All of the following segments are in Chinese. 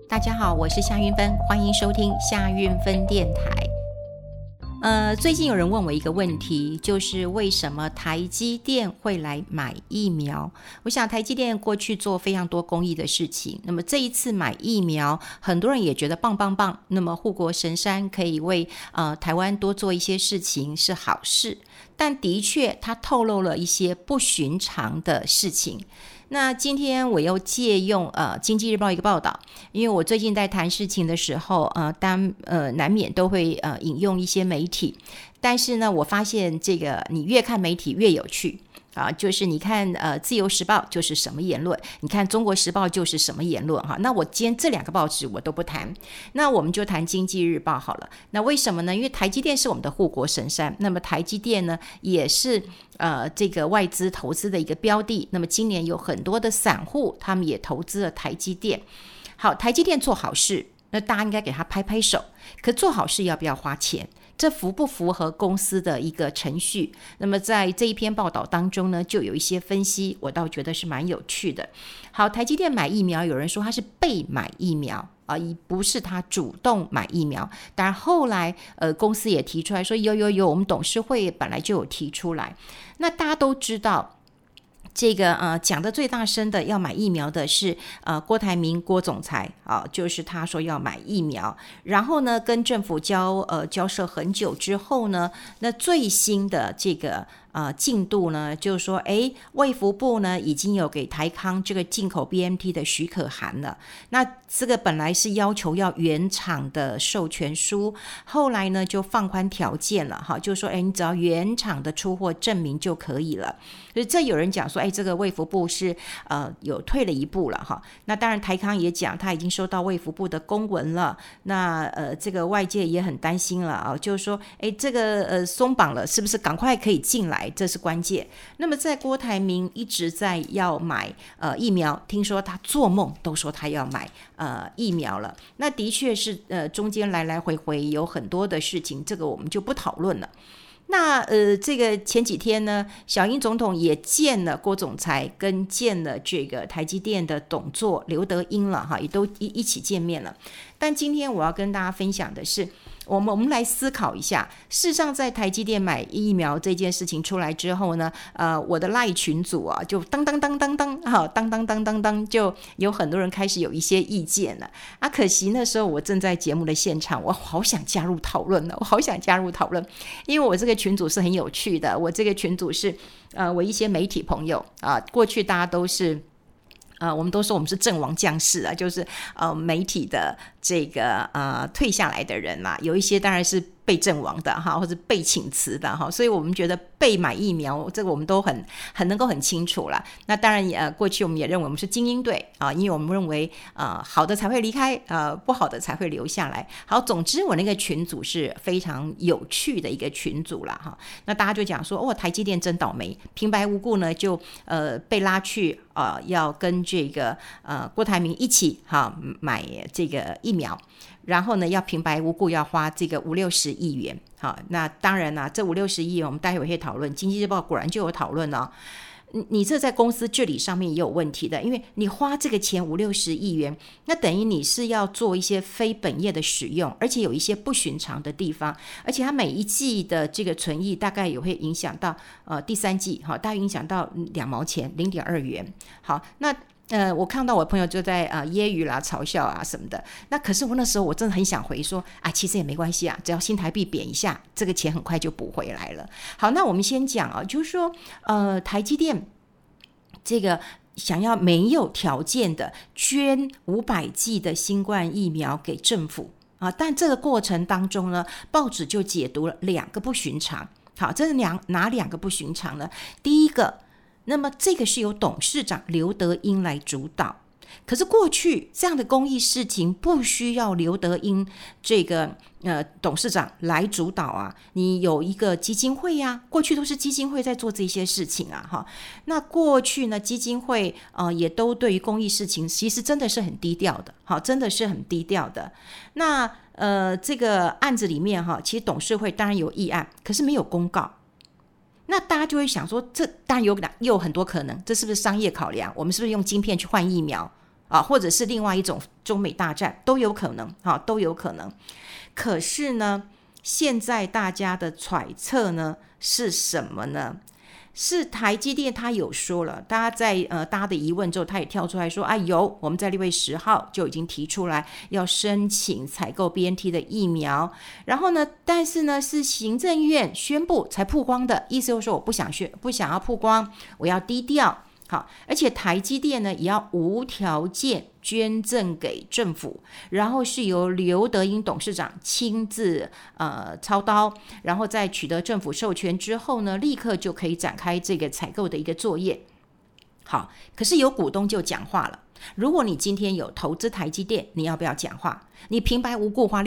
大家好，我是夏运芬，欢迎收听夏运芬电台。最近有人问我一个问题，就是为什么台积电会来买疫苗？我想台积电过去做非常多公益的事情，那么这一次买疫苗，很多人也觉得棒棒棒。那么护国神山可以为台湾多做一些事情是好事，但的确它透露了一些不寻常的事情。那今天我又借用经济日报一个报道，因为我最近在谈事情的时候难免都会引用一些媒体，但是呢我发现这个你越看媒体越有趣就是你看自由时报就是什么言论，你看中国时报就是什么言论那我今天这两个报纸我都不谈，那我们就谈经济日报好了。那为什么呢？因为台积电是我们的护国神山，那么台积电呢也是这个外资投资的一个标的，那么今年有很多的散户他们也投资了台积电。好，台积电做好事，那大家应该给他拍拍手，可做好事要不要花钱？这符不符合公司的一个程序？那么在这一篇报道当中呢，就有一些分析，我倒觉得是蛮有趣的。好，台积电买疫苗，有人说他是被买疫苗不是他主动买疫苗。当然后来公司也提出来说有，我们董事会本来就有提出来。那大家都知道这个讲的最大声的要买疫苗的是郭台铭郭总裁就是他说要买疫苗，然后呢跟政府交涉很久之后呢，那最新的这个进度呢，就是说卫福部呢已经有给台康这个进口 BNT 的许可函了。那这个本来是要求要原厂的授权书，后来呢就放宽条件了就是说你只要原厂的出货证明就可以了。所以这有人讲说这个卫福部是有退了一步了那当然台康也讲他已经收到卫福部的公文了，那这个外界也很担心了就是说这个松绑了是不是赶快可以进来，这是关键。那么在郭台铭一直在要买疫苗，听说他做梦都说他要买疫苗了，那的确是中间来来回回有很多的事情，这个我们就不讨论了。那这个前几天呢，小英总统也见了郭总裁，跟见了这个台积电的董座刘德英了也都一起见面了。但今天我要跟大家分享的是，我们来思考一下，事实上在台积电买疫苗这件事情出来之后呢，我的赖群组就当就有很多人开始有一些意见了可惜那时候我正在节目的现场，我好想加入讨论，因为我这个群组是很有趣的。我这个群组是我一些媒体朋友过去大家都是我们都说我们是阵亡将士就是媒体的这个退下来的人有一些当然是被阵亡的或者被请辞的所以我们觉得被买疫苗这个我们都很能够很清楚了。那当然过去我们也认为我们是精英队因为我们认为好的才会离开不好的才会留下来。好，总之我那个群组是非常有趣的一个群组啦那大家就讲说台积电真倒霉，平白无故呢就被拉去要跟这个郭台铭一起买这个疫苗，然后呢要平白无故要花这个50-60亿元那当然这50-60亿元我们待会会讨论，经济日报果然就有讨论你这在公司治理上面也有问题的，因为你花这个钱50-60亿元，那等于你是要做一些非本业的使用，而且有一些不寻常的地方，而且它每一季的这个存益大概也会影响到第三季大概影响到2毛钱0.2元。好，那我看到我朋友就在揶揄啦嘲笑什么的，那可是我那时候我真的很想回说其实也没关系只要新台币贬一下，这个钱很快就补回来了。好，那我们先讲就是说台积电这个想要没有条件的捐500剂的新冠疫苗给政府但这个过程当中呢，报纸就解读了2个不寻常。好，这是哪2个不寻常呢？第一个，那么这个是由董事长刘德英来主导，可是过去这样的公益事情不需要刘德英这个董事长来主导你有一个基金会过去都是基金会在做这些事情那过去呢基金会也都对于公益事情其实真的是很低调的真的是很低调的。那这个案子里面其实董事会当然有议案，可是没有公告。那大家就会想说，这当然有很多可能，这是不是商业考量？我们是不是用晶片去换疫苗？ 或者是另外一种中美大战都有可能，都有可能。可是呢，现在大家的揣测呢是什么呢？是台积电他有说了，大家在大家的疑问之后，他也跳出来说我们在6月10号就已经提出来要申请采购 BNT 的疫苗，然后呢，但是呢是行政院宣布才曝光的，意思就是说我不想要曝光，我要低调。好，而且台积电呢也要无条件捐赠给政府，然后是由刘德英董事长亲自操刀，然后在取得政府授权之后呢，立刻就可以展开这个采购的一个作业。好，可是有股东就讲话了，如果你今天有投资台积电，你要不要讲话？你平白无故花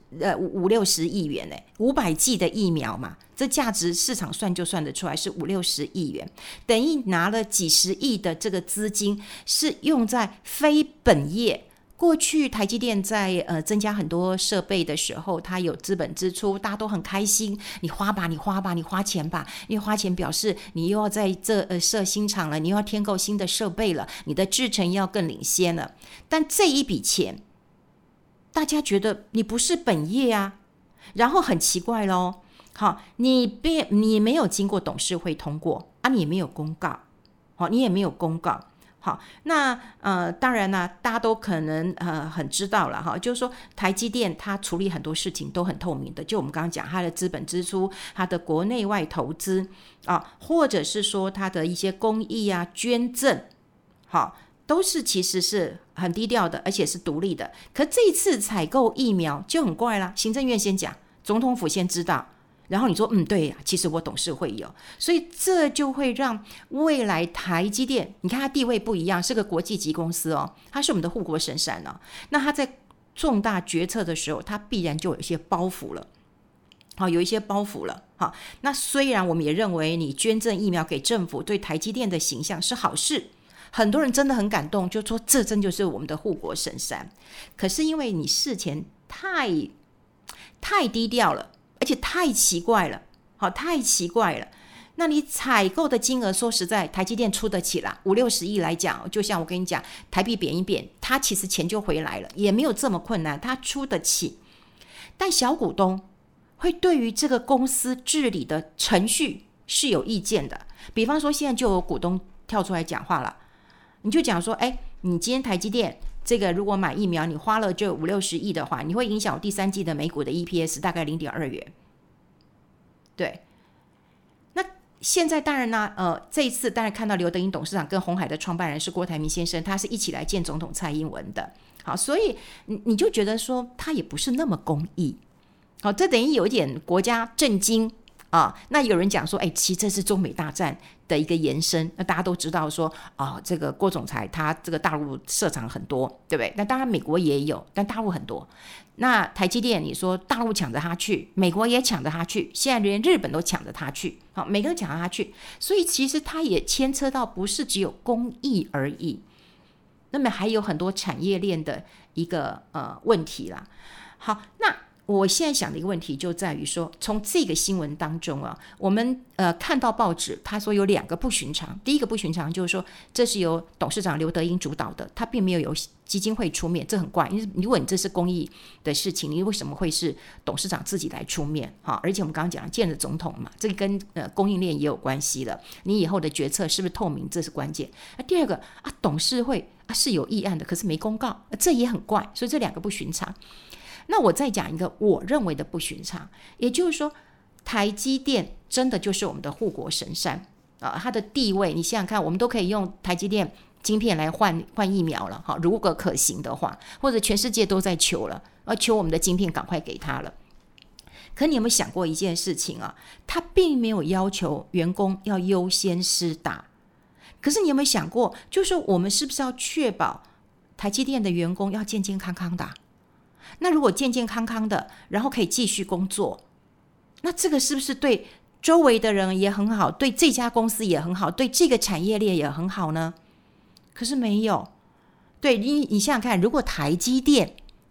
50-60亿元500剂的疫苗嘛，这价值市场算就算得出来是50-60亿元，等于拿了几十亿的这个资金是用在非本业。过去台积电在增加很多设备的时候，它有资本支出，大家都很开心，你花吧，你花吧，你花钱吧，因为花钱表示你又要在这设新厂了，你又要添购新的设备了，你的制程要更领先了。但这一笔钱大家觉得你不是本业啊，然后很奇怪咯，好，你没有经过董事会通过你也没有公告，你也没有公告。好，那当然啦，大家都可能很知道了就是说台积电它处理很多事情都很透明的，就我们刚刚讲它的资本支出，它的国内外投资或者是说它的一些公益捐赠，好，都是其实是很低调的，而且是独立的。可这一次采购疫苗就很怪啦，行政院先讲，总统府先知道，然后你说对呀，其实我董事会有，所以这就会让未来台积电，你看它地位不一样，是个国际级公司它是我们的护国神山那它在重大决策的时候，它必然就有一些包袱了。有一些包袱了。那虽然我们也认为你捐赠疫苗给政府对台积电的形象是好事，很多人真的很感动，就说这真就是我们的护国神山。可是因为你事前太低调了，而且太奇怪了，太奇怪了。那你采购的金额，说实在，台积电出得起啦，50-60亿来讲，就像我跟你讲，台币贬一贬，它其实钱就回来了，也没有这么困难，它出得起。但小股东会对于这个公司治理的程序是有意见的。比方说，现在就有股东跳出来讲话了，你就讲说，你今天台积电这个如果买疫苗，你花了就50-60亿的话，你会影响我第三季的每股的 EPS 大概0.2元。对，那现在当然呢，这一次当然看到刘德英董事长跟鸿海的创办人是郭台铭先生，他是一起来见总统蔡英文的。好，所以你就觉得说他也不是那么公益。好，这等于有一点国家震惊那有人讲说，其实这是中美大战的一个延伸。那大家都知道说，这个郭总裁他这个大陆设厂很多，对不对？那当然美国也有，但大陆很多。那台积电，你说大陆抢着他去，美国也抢着他去，现在连日本都抢着他去，好，每个人抢着他去，所以其实他也牵扯到不是只有公益而已，那么还有很多产业链的一个问题啦。好，那我现在想的一个问题就在于说，从这个新闻当中我们看到报纸他说有2个不寻常。第一个不寻常就是说，这是由董事长刘德英主导的，他并没有由基金会出面，这很怪。因为如果你这是公益的事情，你为什么会是董事长自己来出面？而且我们刚刚讲见了总统嘛，这个跟供应链也有关系了。你以后的决策是不是透明，这是关键。第二个董事会是有议案的，可是没公告，这也很怪。所以这2个不寻常。那我再讲一个我认为的不寻常，也就是说，台积电真的就是我们的护国神山它的地位，你想想看，我们都可以用台积电晶片来换疫苗了如果可行的话，或者全世界都在求了，求我们的晶片赶快给他了。可你有没有想过一件事情他并没有要求员工要优先施打，可是你有没有想过，就是说我们是不是要确保台积电的员工要健健康康的那如果健健康康的，然后可以继续工作，那这个是不是对周围的人也很好，对这家公司也很好，对这个产业链也很好呢？可是没有。对，你想想看，如果台积电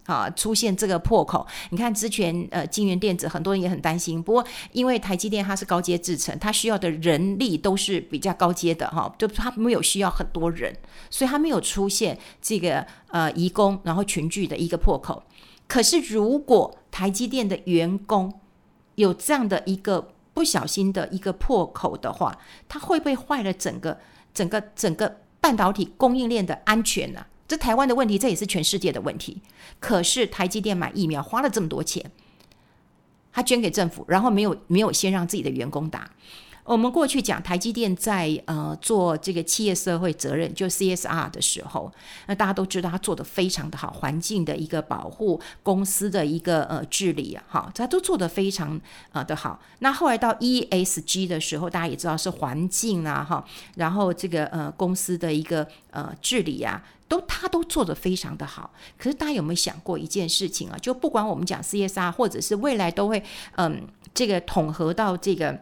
出现这个破口。你看之前晶圆电子很多人也很担心，不过因为台积电它是高阶制程，它需要的人力都是比较高阶的就它没有需要很多人，所以它没有出现这个移工然后群聚的一个破口。可是如果台积电的员工有这样的一个不小心的一个破口的话，它会不会坏了整个半导体供应链的安全呢？这台湾的问题，这也是全世界的问题。可是台积电买疫苗花了这么多钱，他捐给政府，然后没有先让自己的员工打。我们过去讲台积电在做这个企业社会责任就 CSR 的时候，那大家都知道他做得非常的好，环境的一个保护，公司的一个治理他都做得非常的好。那后来到 ESG 的时候，大家也知道是环境然后这个公司的一个治理他都做得非常的好。可是大家有没有想过一件事情就不管我们讲 CSR 或者是未来都会这个统合到这个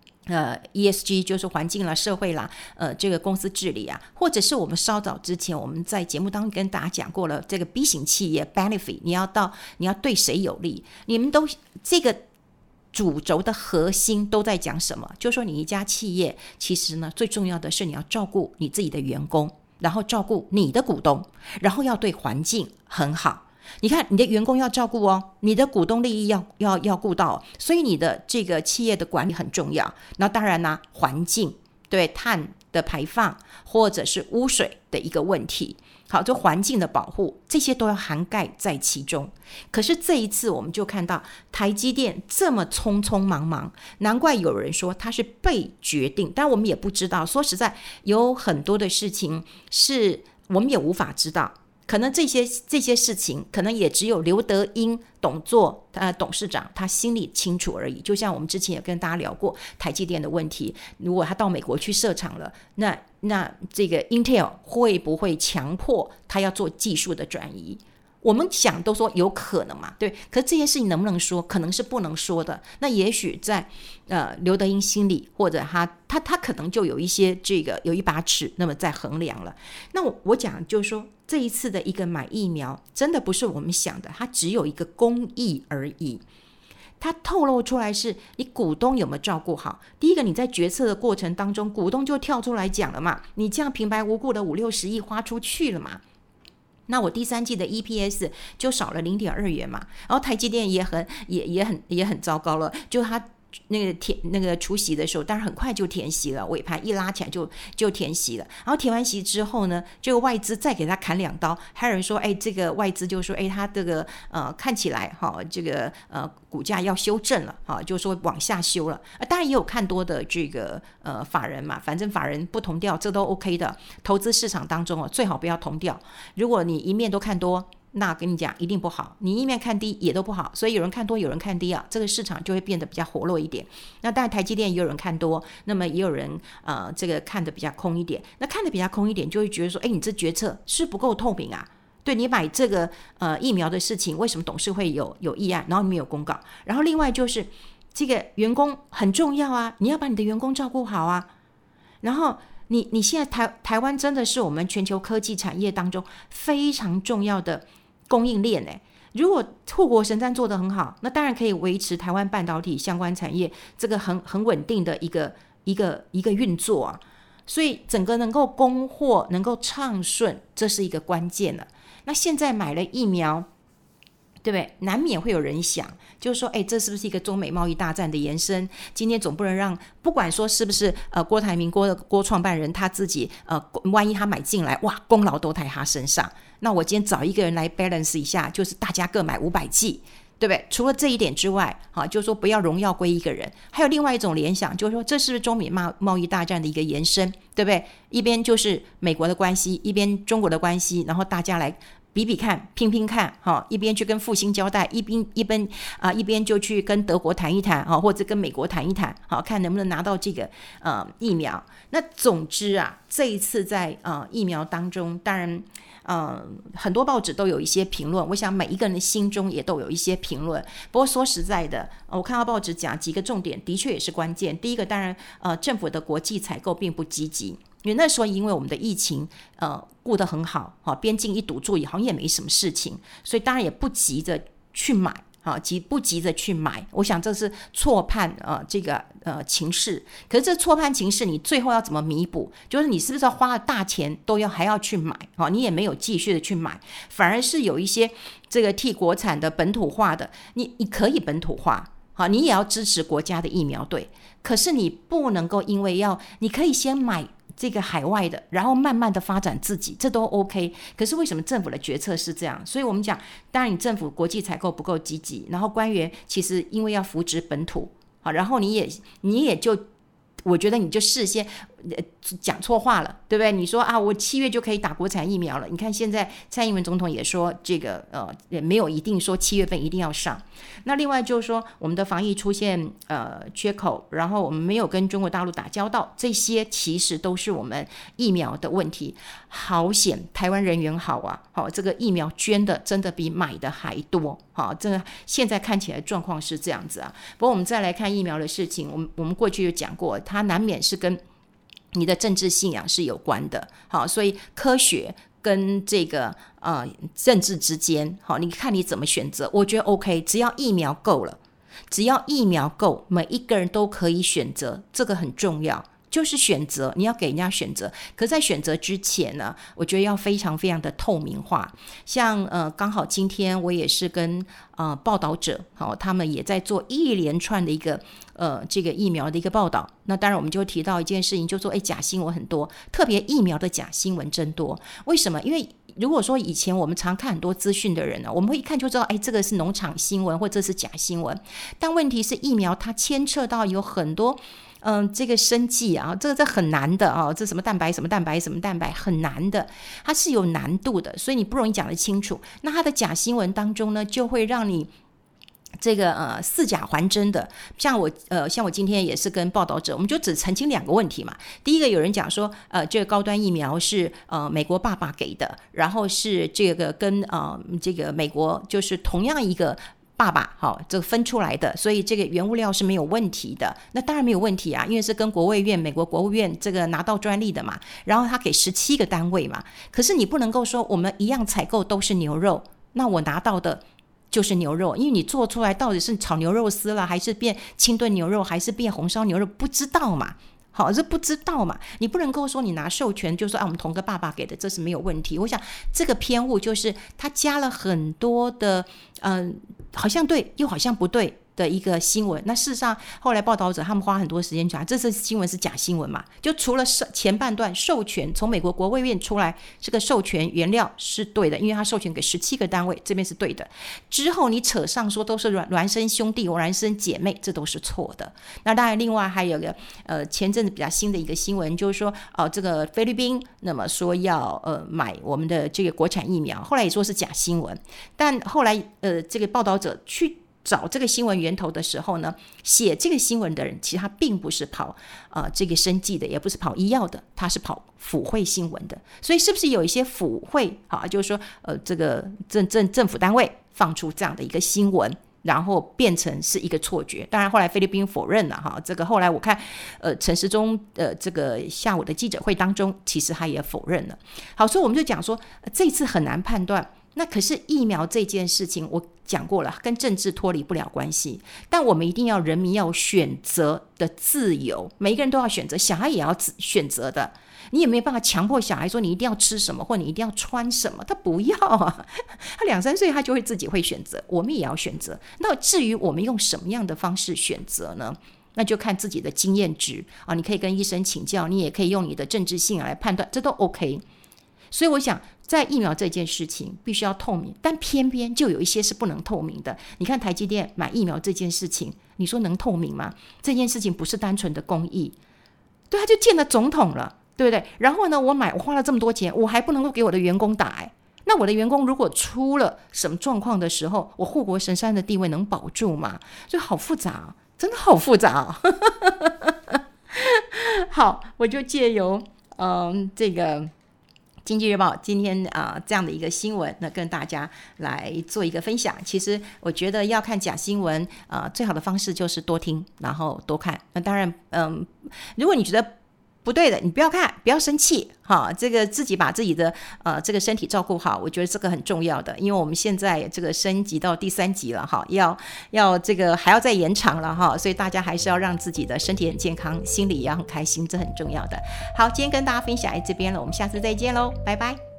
ESG 就是环境啦、社会啦，这个公司治理或者是我们稍早之前我们在节目当中跟大家讲过了，这个 B 型企业 benefit， 你要对谁有利？你们都这个主轴的核心都在讲什么？就是说你一家企业其实呢，最重要的是你要照顾你自己的员工，然后照顾你的股东，然后要对环境很好。你看你的员工要照顾你的股东利益要顾到所以你的这个企业的管理很重要。那当然环境对碳的排放或者是污水的一个问题，好，就环境的保护，这些都要涵盖在其中。可是这一次我们就看到台积电这么匆匆忙忙，难怪有人说它是被决定，但我们也不知道，说实在有很多的事情是我们也无法知道，可能这些事情可能也只有刘德英董事长他心里清楚而已。就像我们之前也跟大家聊过台积电的问题，如果他到美国去设厂了，那这个 Intel 会不会强迫他要做技术的转移？我们想都说有可能嘛，对，可是这些事情能不能说，可能是不能说的。那也许在刘德英心里，或者他可能就有一些有一把尺，那么在衡量了。那我讲就是说，这一次的一个买疫苗，真的不是我们想的，它只有一个公益而已。它透露出来是你股东有没有照顾好。第一个，你在决策的过程当中，股东就跳出来讲了嘛，你这样平白无故的5-60亿花出去了嘛。那我第三季的 EPS 就少了0.2元嘛，然后台积电也很糟糕了，就它那个除息的时候，当然很快就填息了，尾盘一拉起来就填息了。然后填完息之后呢，这个外资再给他砍2刀，还有人说，这个外资就说，他这个看起来这个股价要修正了就说往下修了。当然也有看多的这个法人嘛，反正法人不同调，这都 OK 的。投资市场当中最好不要同调。如果你一面都看多，那跟你讲一定不好，你一面看低也都不好，所以有人看多有人看低这个市场就会变得比较活络一点。那当然台积电也有人看多，那么也有人这个看得比较空一点。那看得比较空一点，就会觉得说，你这决策是不够透明对，你买这个疫苗的事情，为什么董事会有议案，然后你没有公告？然后另外就是这个员工很重要你要把你的员工照顾好然后你现在台湾真的是我们全球科技产业当中非常重要的供应链如果护国神山做得很好，那当然可以维持台湾半导体相关产业这个很稳定的一个运作所以整个能够供货能够畅顺，这是一个关键了。那现在买了疫苗，对不对？难免会有人想，就是说，这是不是一个中美贸易大战的延伸？今天总不能让，不管说是不是郭台铭郭创办人他自己万一他买进来，哇，功劳都在他身上。那我今天找一个人来 balance 一下，就是大家各买500剂。对不对？除了这一点之外就是说不要荣耀归一个人。还有另外一种联想，就是说这是不是中美贸易大战的一个延伸？对不对？一边就是美国的关系，一边中国的关系，然后大家来比比看，拼拼看一边去跟复兴交代，一边就去跟德国谈一谈或者跟美国谈一谈看能不能拿到这个疫苗。那总之这一次在疫苗当中，当然很多报纸都有一些评论，我想每一个人的心中也都有一些评论。不过说实在的，我看到报纸讲几个重点，的确也是关键。第一个，当然政府的国际采购并不积极因为那时候因为我们的疫情顾得很好，边境一堵住好像也没什么事情，所以当然也不急着去买，不急着去买，我想这是错判这个情势。可是这错判情势，你最后要怎么弥补？就是你是不是要花了大钱还要去买，你也没有继续的去买，反而是有一些这个替国产的本土化的，你可以本土化，你也要支持国家的疫苗队，可是你不能够因为你可以先买这个海外的，然后慢慢的发展自己，这都 OK。 可是为什么政府的决策是这样？所以我们讲，当然你政府国际采购不够积极，然后官员其实因为要扶植本土，然后你也就我觉得你就事先讲错话了，对不对？你说我7月就可以打国产疫苗了，你看现在蔡英文总统也说这个也没有一定说7月份一定要上。那另外就是说我们的防疫出现缺口，然后我们没有跟中国大陆打交道，这些其实都是我们疫苗的问题。好险台湾人缘好啊，这个疫苗捐的真的比买的还多，这个现在看起来状况是这样子啊。不过我们再来看疫苗的事情，我们过去有讲过，它难免是跟你的政治信仰是有关的，所以科学跟这个政治之间，你看你怎么选择，我觉得 OK， 只要疫苗够了，只要疫苗够，每一个人都可以选择，这个很重要。就是选择，你要给人家选择，可是在选择之前呢，我觉得要非常非常的透明化。像刚好今天我也是跟报道者，他们也在做一连串的一个这个疫苗的一个报道。那当然我们就提到一件事情，就说假新闻很多，特别疫苗的假新闻真多。为什么？因为如果说以前我们常看很多资讯的人呢，我们会一看就知道，这个是农场新闻或者是假新闻。但问题是疫苗它牵扯到有很多这个生技啊，这很难的啊，这什么蛋白什么蛋白什么蛋白很难的，它是有难度的，所以你不容易讲得清楚。那它的假新闻当中呢，就会让你这个似假还真的。像我今天也是跟报道者，我们就只澄清2个问题嘛。第一个有人讲说这个高端疫苗是美国爸爸给的，然后是这个跟这个美国就是同样一个爸爸这个分出来的，所以这个原物料是没有问题的。那当然没有问题啊，因为是跟国卫院美国国务院这个拿到专利的嘛，然后他给17个单位嘛。可是你不能够说我们一样采购都是牛肉，那我拿到的就是牛肉，因为你做出来到底是炒牛肉丝了，还是变清炖牛肉，还是变红烧牛肉，不知道嘛。这不知道嘛，你不能够说你拿授权就说我们同个爸爸给的，这是没有问题。我想这个偏误就是他加了很多的好像对又好像不对的一个新闻。那事实上后来报道者他们花很多时间讲这次新闻是假新闻嘛，就除了前半段授权从美国国卫院出来，这个授权原料是对的，因为他授权给17个单位，这边是对的。之后你扯上说都是孪生兄弟孪生姐妹，这都是错的。那当然另外还有个前阵子比较新的一个新闻，就是说这个菲律宾那么说要买我们的这个国产疫苗，后来也说是假新闻。但后来这个报道者去找这个新闻源头的时候呢，写这个新闻的人其实他并不是跑这个生技的，也不是跑医药的，他是跑府会新闻的。所以是不是有一些府会就是说这个政府单位放出这样的一个新闻，然后变成是一个错觉？当然后来菲律宾否认了这个后来我看陈时中这个下午的记者会当中，其实他也否认了。好，所以我们就讲说这次很难判断。那可是疫苗这件事情我讲过了，跟政治脱离不了关系，但我们一定要人民要有选择的自由，每一个人都要选择，小孩也要选择的。你也没有办法强迫小孩说你一定要吃什么或你一定要穿什么，他不要啊，他2-3岁他就会自己会选择，我们也要选择。那至于我们用什么样的方式选择呢？那就看自己的经验值你可以跟医生请教，你也可以用你的政治信仰来判断，这都 OK。所以我想在疫苗这件事情必须要透明，但偏偏就有一些是不能透明的。你看台积电买疫苗这件事情，你说能透明吗？这件事情不是单纯的公益，对，他就见了总统了，对不对？然后呢，我花了这么多钱，我还不能够给我的员工打那我的员工如果出了什么状况的时候，我护国神山的地位能保住吗？所以好复杂，真的好复杂好，我就借由这个经济日报今天这样的一个新闻，那跟大家来做一个分享。其实我觉得要看假新闻最好的方式就是多听然后多看。那当然如果你觉得不对的，你不要看，不要生气哈。这个自己把自己的这个身体照顾好，我觉得这个很重要的。因为我们现在这个升级到第3级了哈，要这个还要再延长了哈，所以大家还是要让自己的身体很健康，心里也要很开心，这很重要的。好，今天跟大家分享在这边了，我们下次再见喽，拜拜。